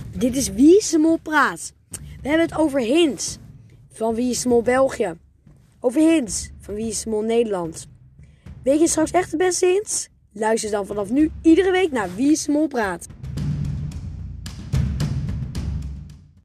Dit is Wie is de Mol praat. We hebben het over hints van Wie is de Mol België. Over hints van Wie is de Mol Nederland. Weet je straks echt de beste hints? Luister dan vanaf nu iedere week naar Wie is de Mol praat.